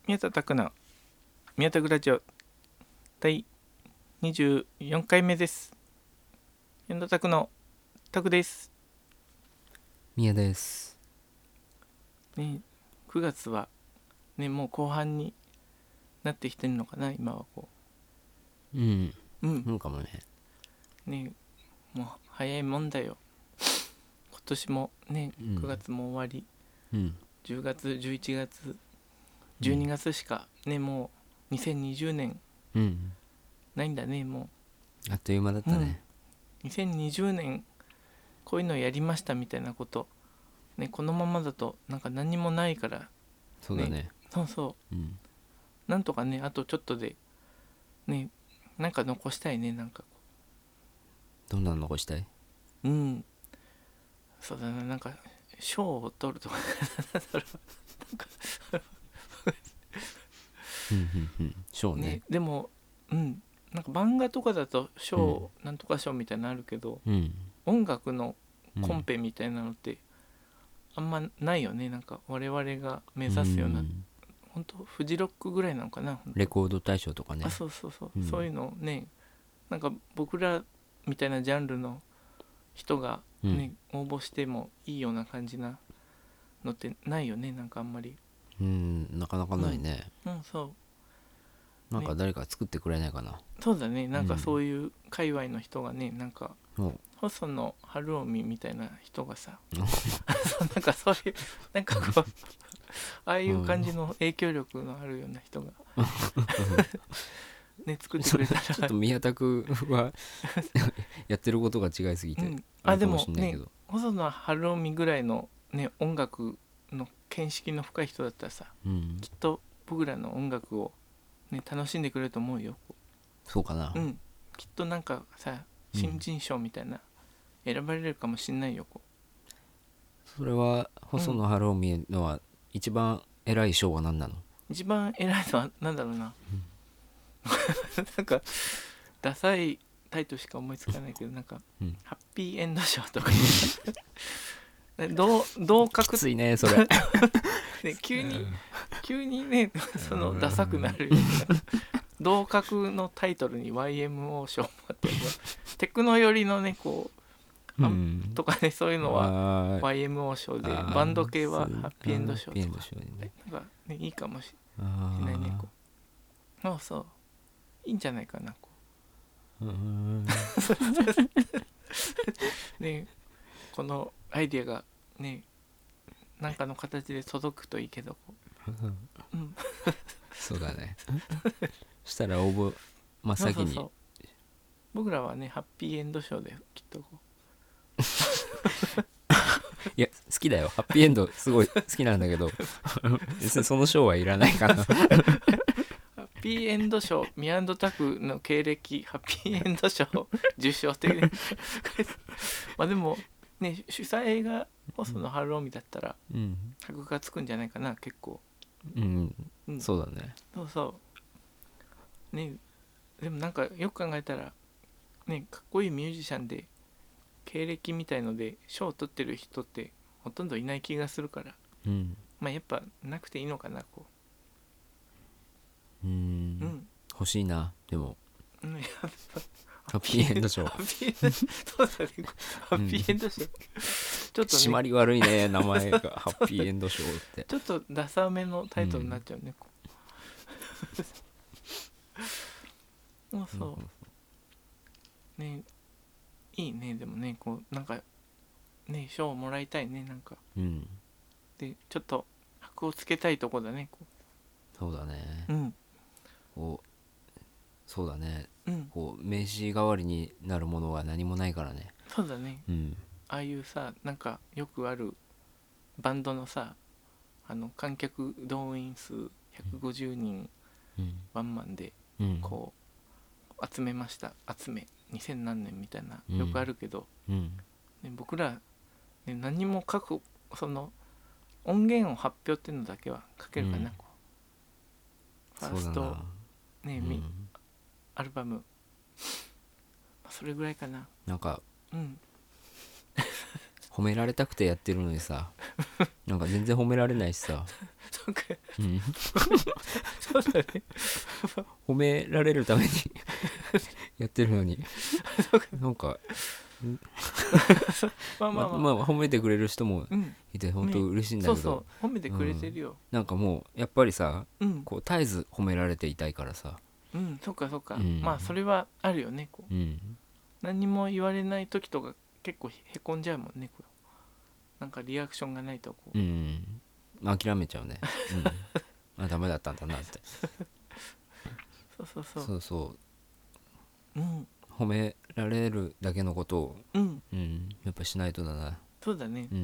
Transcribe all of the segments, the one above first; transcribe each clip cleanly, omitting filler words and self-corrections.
宮田拓の宮田グラジオ第24回目です。宮田拓の拓です。 宮です。 ね、9月はねもう後半になってきてるのかな今はこうん。 う。 そうかもね。 ねもう早いもんだよ。今年もね9月も終わり、10月11月12月しかねもう2020年ないんだね。もうあっという間だったね。 2020年こういうのやりましたみたいなことね、このままだとなんか何もないから、 そうだね。 そうそう、なんとかねあとちょっとでねなんか残したいね。なんかどんなの残したい？ そうだな、なんか賞を取るとか賞ね。 でもなんか漫画とかだと賞、なんとか賞みたいなのあるけど、音楽のコンペみたいなのってあんまないよね。なんか我々が目指すような、本当フジロックぐらいなのかな。 レコード大賞とかね。 そう、そういうのね、なんか僕らみたいなジャンルの人がね、応募してもいいような感じなのってないよね。なんかあんまりなかなかないね。 そうなんか誰か作ってくれないかな。 そうだね。なんかそういう界隈の人がね、なんか細野晴臣みたいな人がさなんかそういうなんかこうああいう感じの影響力のあるような人がね作ってくれたらちょっと宮田君はやってることが違いすぎて、あれかもしんないけど、 でもね細野晴臣ぐらいのね音楽の見識の深い人だったらさ、きっと僕らの音楽をね楽しんでくれると思うよ。 そうかな。 きっとなんかさ新人賞みたいな、選ばれるかもしんないよ。 それは細野晴臣のは一番偉い賞は何なの？ 一番偉いのはなんだろうな、なんかダサいタイトルしか思いつかないけど、なんか、ハッピーエンド賞とか同格きついねそれね、急にねそのダサくなるような同格のタイトルに YMO 賞もあってテクノ寄りのねこうとかね、そういうのは YMO 賞で、バンド系はハッピーエンド賞とか、なんかねいいかもしれないね。こうそういいんじゃないかな。こうねこのアイディアがねなんかの形で届くといいけど、 そうだねしたら応募真っ先にそう僕らはねハッピーエンド賞できっとこういや好きだよ、ハッピーエンドすごい好きなんだけど別にその賞はいらないかなハッピーエンド賞宮ンタクの経歴ハッピーエンド賞受賞ってまあでもね主催が細野晴臣だったら箔がつくんじゃないかな結構。 そうだね。 そうね。でもなんかよく考えたらねかっこいいミュージシャンで経歴みたいので賞を取ってる人ってほとんどいない気がするから、まあやっぱなくていいのかな。こう欲しいな。でもやっハッピーエンド賞そうだね、ハッピーエンド賞ちょっとね締まり悪いね名前がハッピーエンド賞ってちょっとダサめのタイトルになっちゃうね。そうね、いいね。でもねこうなんかね賞をもらいたいね。なんかでちょっと箔をつけたいとこだね。こうそうだね。こうそうだね、こう名刺代わりになるものは何もないからね。 そうだね、ああいうさなんかよくあるバンドのさ観客動員数150人ワンマンでこう集めました、2000何年みたいなよくあるけど、僕ら、ね、何も書くその音源を発表っていうのだけは書けるかな。こうファーストね、アルバム、それぐらいかな。 なんか褒められたくてやってるのにさなんか全然褒められないしさそうか、 うん、 そうだね褒められるためにやってるのになんかまあまあまあ、 まあ褒めてくれる人もいて本当嬉しいんだけど、 そうそう褒めてくれてるよ、 なんかもうやっぱりさ、 うん、 こう絶えず褒められていたいからさ、 うん、そっかそっか、 うん、 まあそれはあるよねこう、 うん、 何にも言われない時とか結構へこんじゃうもんねこう、なんかリアクションがないとこう、 うん、諦めちゃうね、うん、あダメだったんだなってそうそう、うん、褒められるだけのことを、うんうん、やっぱしないとだな。 そうだね、うん、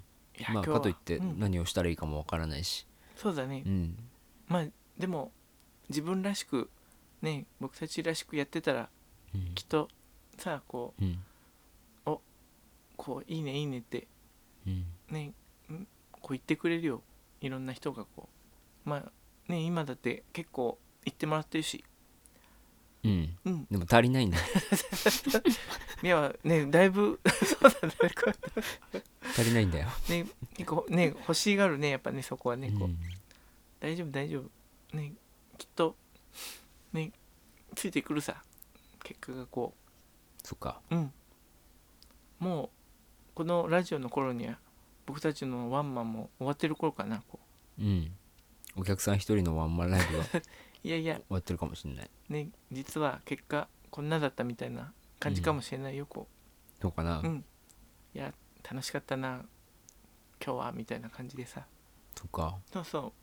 まあかといって何をしたらいいかもわからないし、 そうだね、まあでも自分らしくね、僕たちらしくやってたら、きっとさこう、おこういいねいいねって、ねこう言ってくれるよ、いろんな人がこう、まあね今だって結構言ってもらってるし、 うん、でも足りないんだいやねだいぶそうだね足りないんだよね、結構ね欲しがるねやっぱねそこはねこう、大丈夫大丈夫ね、きっとねついてくるさ、結果がこう、そっか、 もうこのラジオの頃には僕たちのワンマンも終わってる頃かなこう、お客さん一人のワンマンライブがいやいや終わってるかもしれないね、実は結果こんなだったみたいな感じかもしれないよ、こうそうかな、 いや楽しかったな今日はみたいな感じでさ、 そっか、 そう、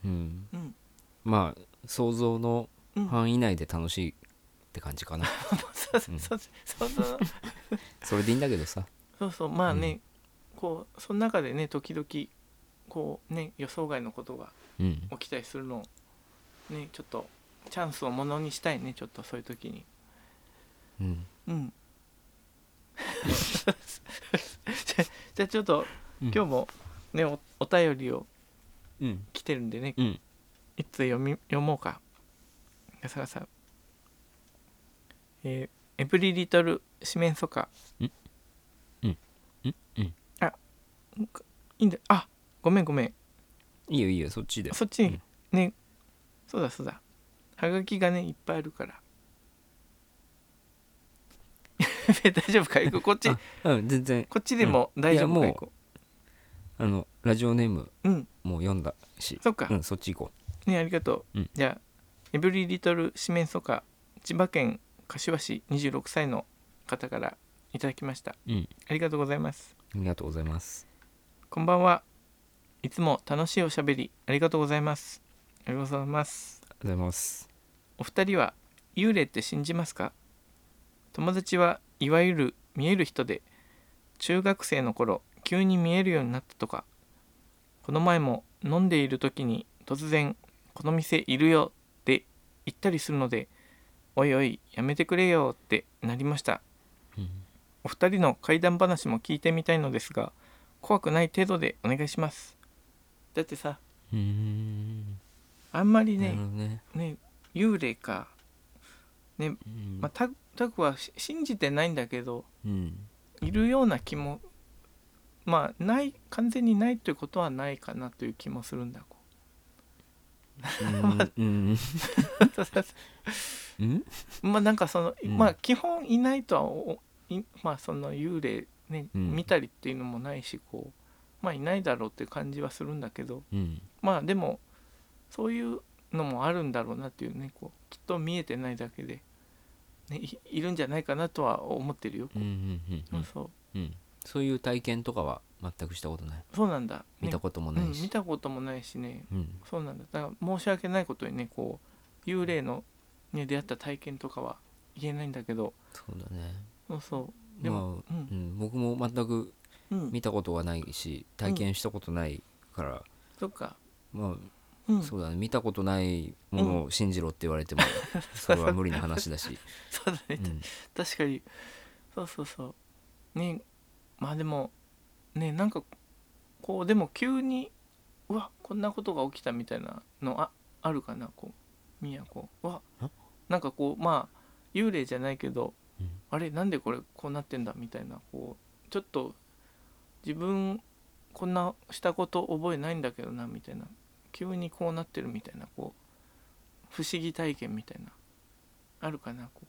まあ想像の範囲内で楽しいって感じかな、それでいいんだけどさ、 そうまあね、こうその中でね時々こうね予想外のことが起きたりするのをね、ちょっとチャンスをものにしたいね、ちょっとそういう時に、じゃあちょっと、今日もね お便りを来てるんでね、いつ読もうか。さがさエブリリトル四面楚歌、あいいんだ、あごめんいいよそっちでそっちに、ね、そうだはがきがねいっぱいあるから大丈夫かいこっち、 全然こっちでも大丈夫かいこラジオネームもう読んだし、 そっか、 そっち行こうね、ありがとう、じゃあエブリリトル四面楚歌、千葉県柏市26歳の方からいただきました、ありがとうございます。 ありがとうございます。 こんばんは。いつも楽しいおしゃべりありがとうございます。ありがとうございます。 ありがとうございます。 お二人は幽霊って信じますか？友達はいわゆる見える人で、中学生の頃急に見えるようになったとか、この前も飲んでいる時に突然この店いるよって言ったりするので、おいおいやめてくれよってなりました。お二人の怪談話も聞いてみたいのですが、怖くない程度でお願いします。だってさ、あんまりね幽霊かね、まあタクは信じてないんだけど、いるような気も、まあない完全にないということはないかなという気もするんだこうまあなんかその、まあ基本いないとはまあその幽霊ね、見たりっていうのもないしこうまあいないだろうっていう感じはするんだけど、まあでもそういうのもあるんだろうなっていうね、こうきっと見えてないだけで、ね、いるんじゃないかなとは思ってるよ。 そういう体験とかは全くしたことない。 そうなんだ、ね、 見たこともないし、 見たこともないしね、そうなんだ。だから申し訳ないことにねこう幽霊のに出会った体験とかは言えないんだけど、 そうだね、 そうでも、 僕も全く見たことがないし、体験したことないから、 そっか、 まあそうだね、見たことないものを信じろって言われてもそれは無理な話だしそうだね、確かにそうね。まあでもね、なんかこうでも急にうわこんなことが起きたみたいなのあるかな、こうみやこうわなんかこうまあ幽霊じゃないけど、あれなんでこれこうなってんだみたいな、こうちょっと自分こんなしたこと覚えないんだけどなみたいな、急にこうなってるみたいな、こう不思議体験みたいなあるかな。こ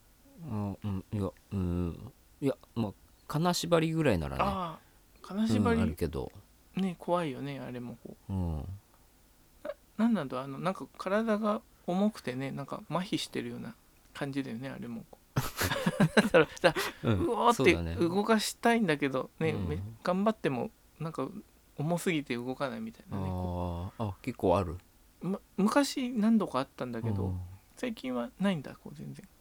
いやまあ金縛りぐらいならね、 ああ金縛り、 あるけどね、怖いよねあれも。こう、なんなんだなんか体が重くてね、なんか麻痺してるような感じだよねあれも。だからうおーって動かしたいんだけどね、頑張ってもなんか重すぎて動かないみたいなね。 結構ある。 昔何度かあったんだけど、最近はないんだこう全然。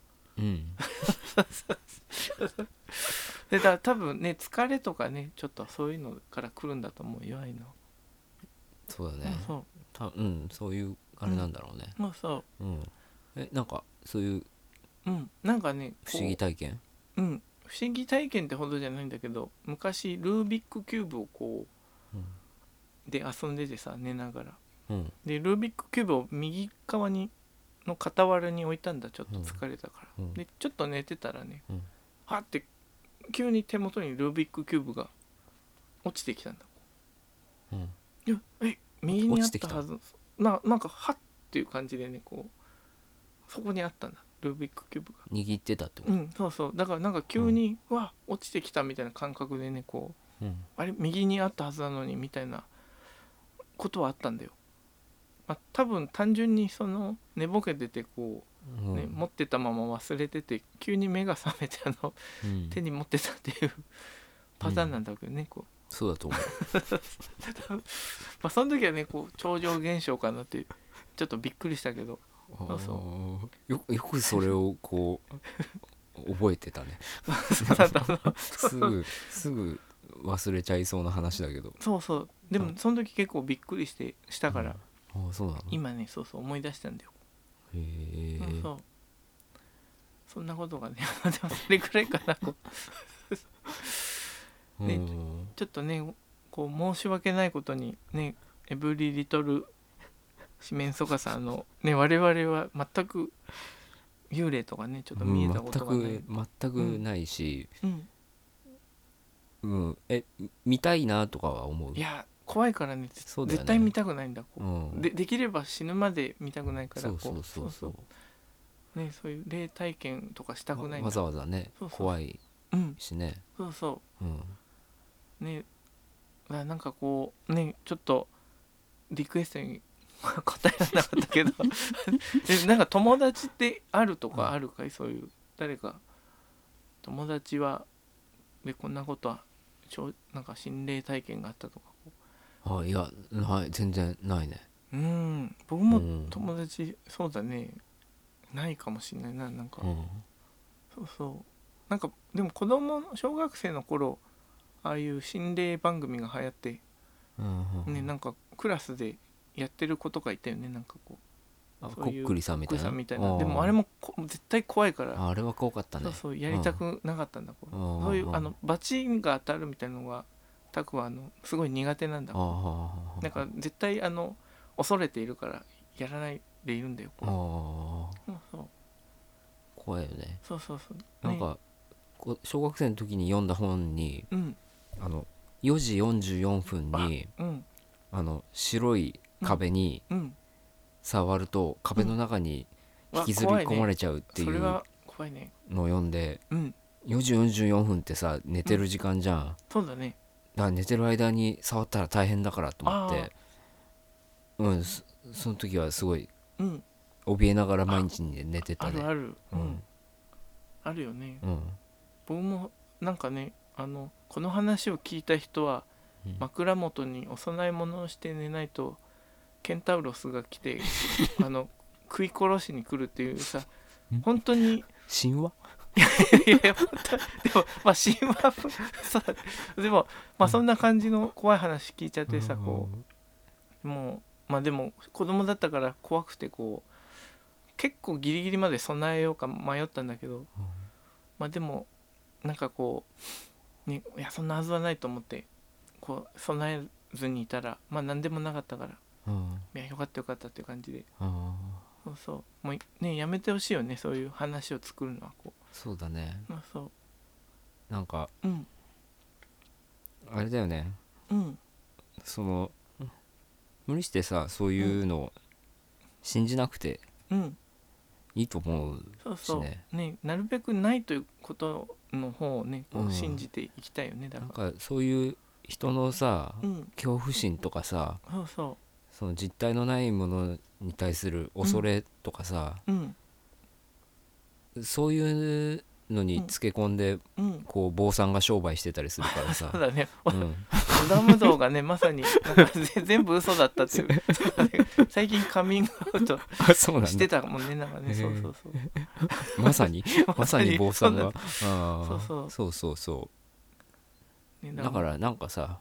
でだ多分ね疲れとかねちょっとそういうのから来るんだと思うよ、ああいうの。 そうだね。そういうあれなんだろうね。 そう。 なんかそういうなんかね不思議体験、 不思議体験ってほどじゃないんだけど、昔ルービックキューブをこう、で遊んでてさ寝ながら、でルービックキューブを右側にの傍らに置いたんだ、ちょっと疲れたから、でちょっと寝てたらね、はって急に手元にルービックキューブが落ちてきたんだ。いや右にあったはず、なんかはっていう感じでね、こうそこにあったんだルービックキューブが。 握ってたってこと？ そうだからなんか急に、わ落ちてきたみたいな感覚でね、こう、あれ右にあったはずなのにみたいなことはあったんだよ。多分単純にその寝ぼけててこう、持ってたまま忘れてて急に目が覚めて手に持ってたっていうパターンなんだけどね、こう。 そうだと思うその時はねこう超常現象かなってちょっとびっくりしたけど、 よくそれをこう覚えてたね。すぐ忘れちゃいそうな話だけど。 そうでもその時結構びっくりしたから、 そうなの？ 今ね思い出したんだよ。 へえ。 そんなことがねでもそれくらいかなね、ちょっとねこう申し訳ないことにね、エブリリトル四面楚歌さんね、我々は全く幽霊とかねちょっと見えたことがない、 全くないし、見たいなとかは思う。 いや怖いからね、絶対見たくないんだ。できれば死ぬまで見たくないから、そうね、そういう霊体験とかしたくないんだ。 わざわざね、怖いしね。 ね、なんかこうねちょっとリクエストに答えられなかったけどなんか友達ってあるとかあるかい、そういう誰か友達はでこんなことはなんか心霊体験があったとか。 いや全然ないね。 僕も友達、そうだねないかもしれないな。なんか、なんかでも小学生の頃ああいう心霊番組が流行って、なんかクラスでやってる子とかいたよね。なんかこうこっくりさんみたいな。 でもあれも絶対怖いから、 あれは怖かったね。 やりたくなかったんだ。そういうバチが当たるみたいなのがタクはすごい苦手なんだ。なんか絶対恐れているからやらないでいるんだよ。 怖いよね。 そうなんか小学生の時に読んだ本に、4時44分に白い壁に触ると壁の中に引きずり込まれちゃうっていうのを読んで、4時44分ってさ寝てる時間じゃん。 そうだね。 だから寝てる間に触ったら大変だからと思って、その時はすごい怯えながら毎日寝てたね。 あるよね。僕もなんかねこの話を聞いた人は枕元にお供え物をして寝ないとケンタウロスが来て食い殺しに来るっていうさ、本当に神話いや本当でも神話そうでもそんな感じの怖い話聞いちゃってさ、こうもうでも子供だったから怖くてこう結構ギリギリまで備えようか迷ったんだけど、でもなんかこう、ね、いやそんなはずはないと思ってこう備えずにいたら何でもなかったから、いやよかったっていう感じで、もうねやめてほしいよね、そういう話を作るのはこう。 そうだね。なんか、 あれだよね、その無理してさそういうのを信じなくていいと思うしね、 そうそうね、なるべくないということの方をねこう信じていきたいよね。だからなんかそういう人のさ、恐怖心とかさ、その実体のないものに対する恐れとかさ、そういうのにつけ込んで、こう坊さんが商売してたりするからさそうだね、織田無道がねまさになんか全部嘘だったっていう、ね、最近カミングアウトしてたもんね、なんかね、そうそうそうまさに坊さんがそうそうそう、ね、だからなんかさ、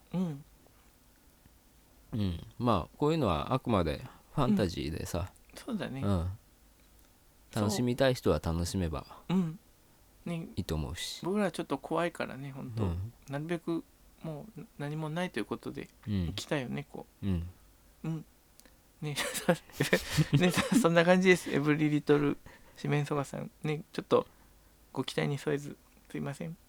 まあこういうのはあくまでファンタジーでさ、 そうだね、 楽しみたい人は楽しめばいいと思うし、 僕らはちょっと怖いからね本当、なるべくもう何もないということで行きたいよね、こうねねそんな感じです。エブリリトル四面楚歌さんね、ちょっとご期待に添えずすいません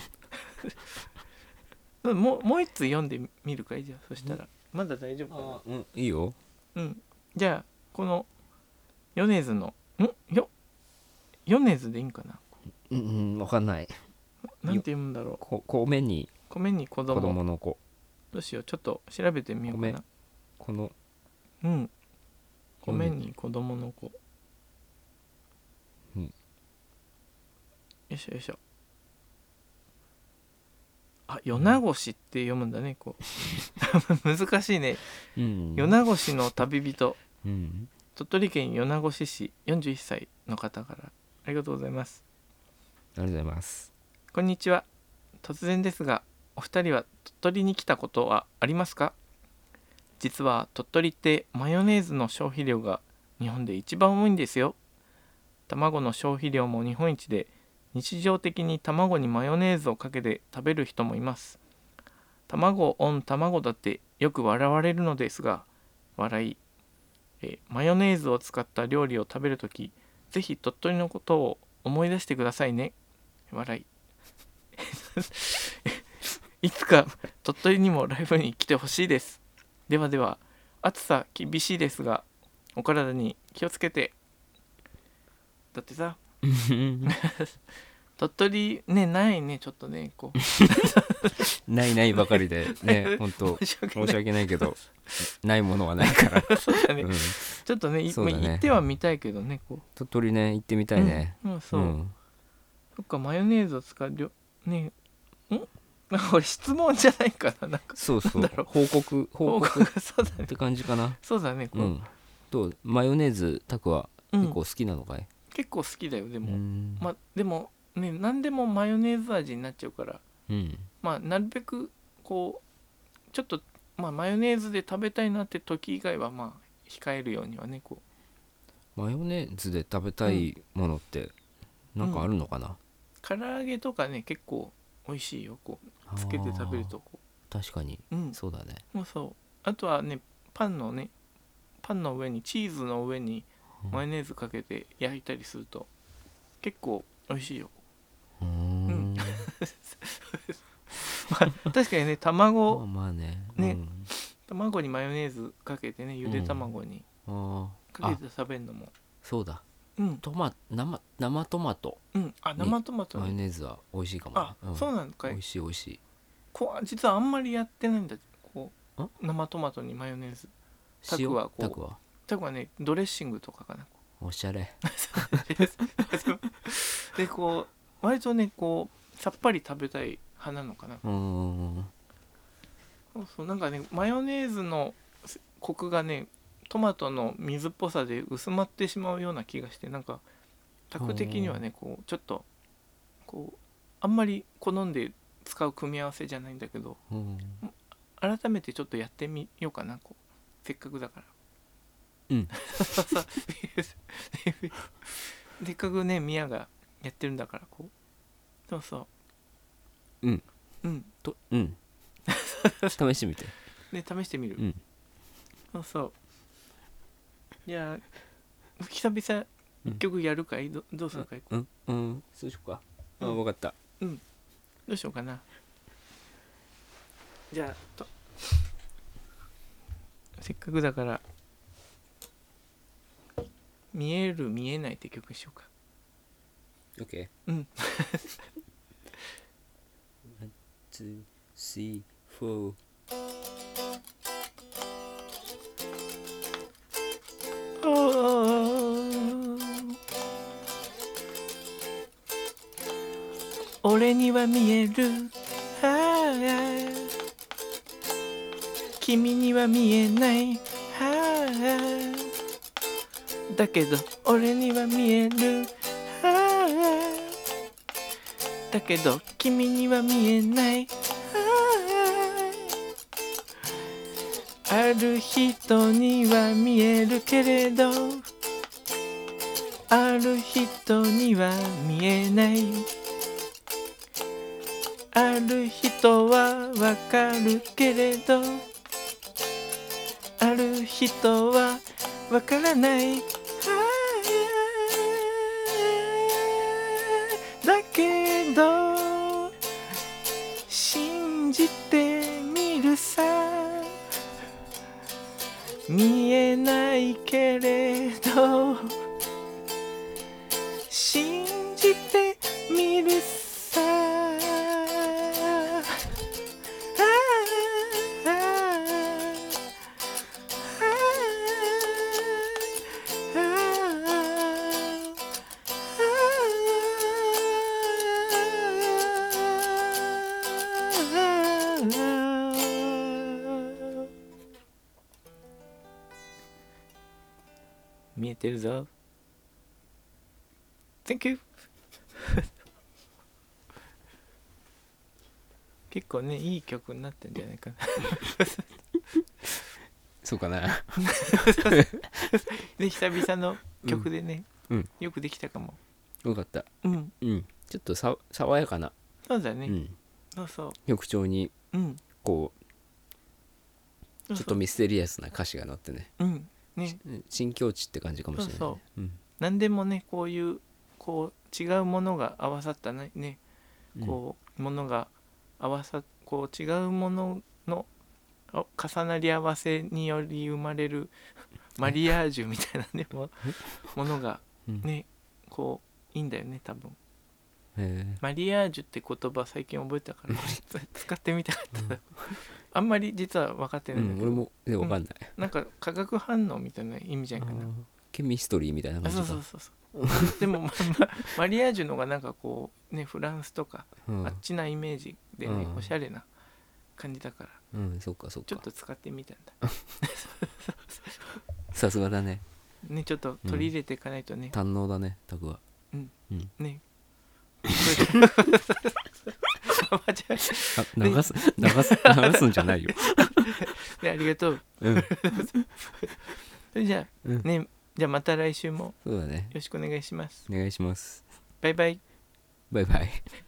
もう一つ読んでみるかい、じゃあそしたらまだ大丈夫かな。 いいよ。 じゃあこの米津の米津でいいんかな。 分かんない。 なんて読むんだろう。 米に子供の子。 どうしよう、ちょっと調べてみようかな。米に子供の子。よいしょよいしょ。あ、米子って読むんだね、こう難しいね。米子の旅人、鳥取県米子市41歳の方からありがとうございます。 ありがとうございます。 こんにちは。突然ですが、お二人は鳥取に来たことはありますか？実は鳥取ってマヨネーズの消費量が日本で一番多いんですよ。卵の消費量も日本一で、日常的に卵にマヨネーズをかけて食べる人もいます。卵オン卵だってよく笑われるのですが、笑い。マヨネーズを使った料理を食べるとき、ぜひ鳥取のことを思い出してくださいね。笑い。いつか鳥取にもライブに来てほしいです。ではでは、暑さ厳しいですが、お体に気をつけて。だってさ、鳥取ね、ないね、ちょっとね、こうないばかりでね、本当申し訳ないけど、ないものはないからそうだね、ちょっとね、行ってはみたいけどね、こう鳥取ね、行ってみたいね。 そう、そっか、マヨネーズを使うね、なんかこれ質問じゃないかな、なんかそう報告そうだねって感じかな。 そうだね、 どうマヨネーズタクは結構好きなのかい？ 結構好きだよ。でもでもね、何でもマヨネーズ味になっちゃうから、なるべくこうちょっとマヨネーズで食べたいなって時以外は控えるようにはね、こうマヨネーズで食べたいものってなんかあるのかな？ 唐揚げとかね、結構美味しいよ、こうつけて食べるとこう。 確かに、そうだね。 そうあとはね、パンの上にチーズの上にマヨネーズかけて焼いたりすると結構美味しいよ。確かにね、卵卵にマヨネーズかけてね、ゆで卵にかけて食べるのも、 そうだ、生トマト、 生トマトマヨネーズは美味しいかも。 そうなんかい。 美味しい。 実はあんまりやってないんだ、こう生トマトにマヨネーズ。タクはね、ドレッシングとかかな。 おしゃれで、こう割とね、こうさっぱり食べたい派なのかな。そうなんかね、マヨネーズのコクがね、トマトの水っぽさで薄まってしまうような気がして、なんかタク的にはね、こうちょっとこうあんまり好んで使う組み合わせじゃないんだけど、改めてちょっとやってみようかな、こうせっかくだから。せっかくね、ミヤがやってるんだから、こう試してみてね、試してみる。いや、久々一曲やるかい？どうするかい？ そうしようか。分かった。 どうしようかな。 じゃあせっかくだから見える見えないって曲にしようか。 OK。 うん。 1 2 3 4。 俺には見える、君には見えない、だけど俺には見える、だけど君には見えない、ある人には見えるけれどある人には見えない、ある人はわかるけれどある人はわからない、だけど信じてみるさ、見えないけれど信じてみるさ、見えてるぞ。 Thank you 結構ねいい曲になってんじゃないかなそうかなで久々の曲でね、 うん、 よくできたかも。 よかった。 うん、 うん、ちょっと爽やかな。 そうだね、 うん、 そうそう、 曲調にこう、 ちょっとミステリアスな歌詞が載ってね、 うんね、 新境地って感じかもしれない、ね、 そう、 うん、 何でもねこういうこう違うものが合わさったね、こうものが合わさこう違うものの重なり合わせにより生まれるマリアージュみたいなねものがね、こういいんだよね多分。マリアージュって言葉最近覚えたから使ってみたかった、あんまり実は分かってないんだけど、 俺も分かんない、 なんか化学反応みたいな意味じゃないかな。 ケミストリーみたいな感じか。 そうでも、マリアージュのがなんかこうねフランスとか、あっちなイメージでね、おしゃれな感じだから、 そうかそうか、 ちょっと使ってみたんださすがだね。 ね、ちょっと取り入れていかないとね、 堪能だねタクは。 ね流すんじゃないよね、ありがとう、それじゃあ、ね、じゃあまた来週もそうだね、 よろしくお願いします。 お願いします。 バイバイ。 バイバイ。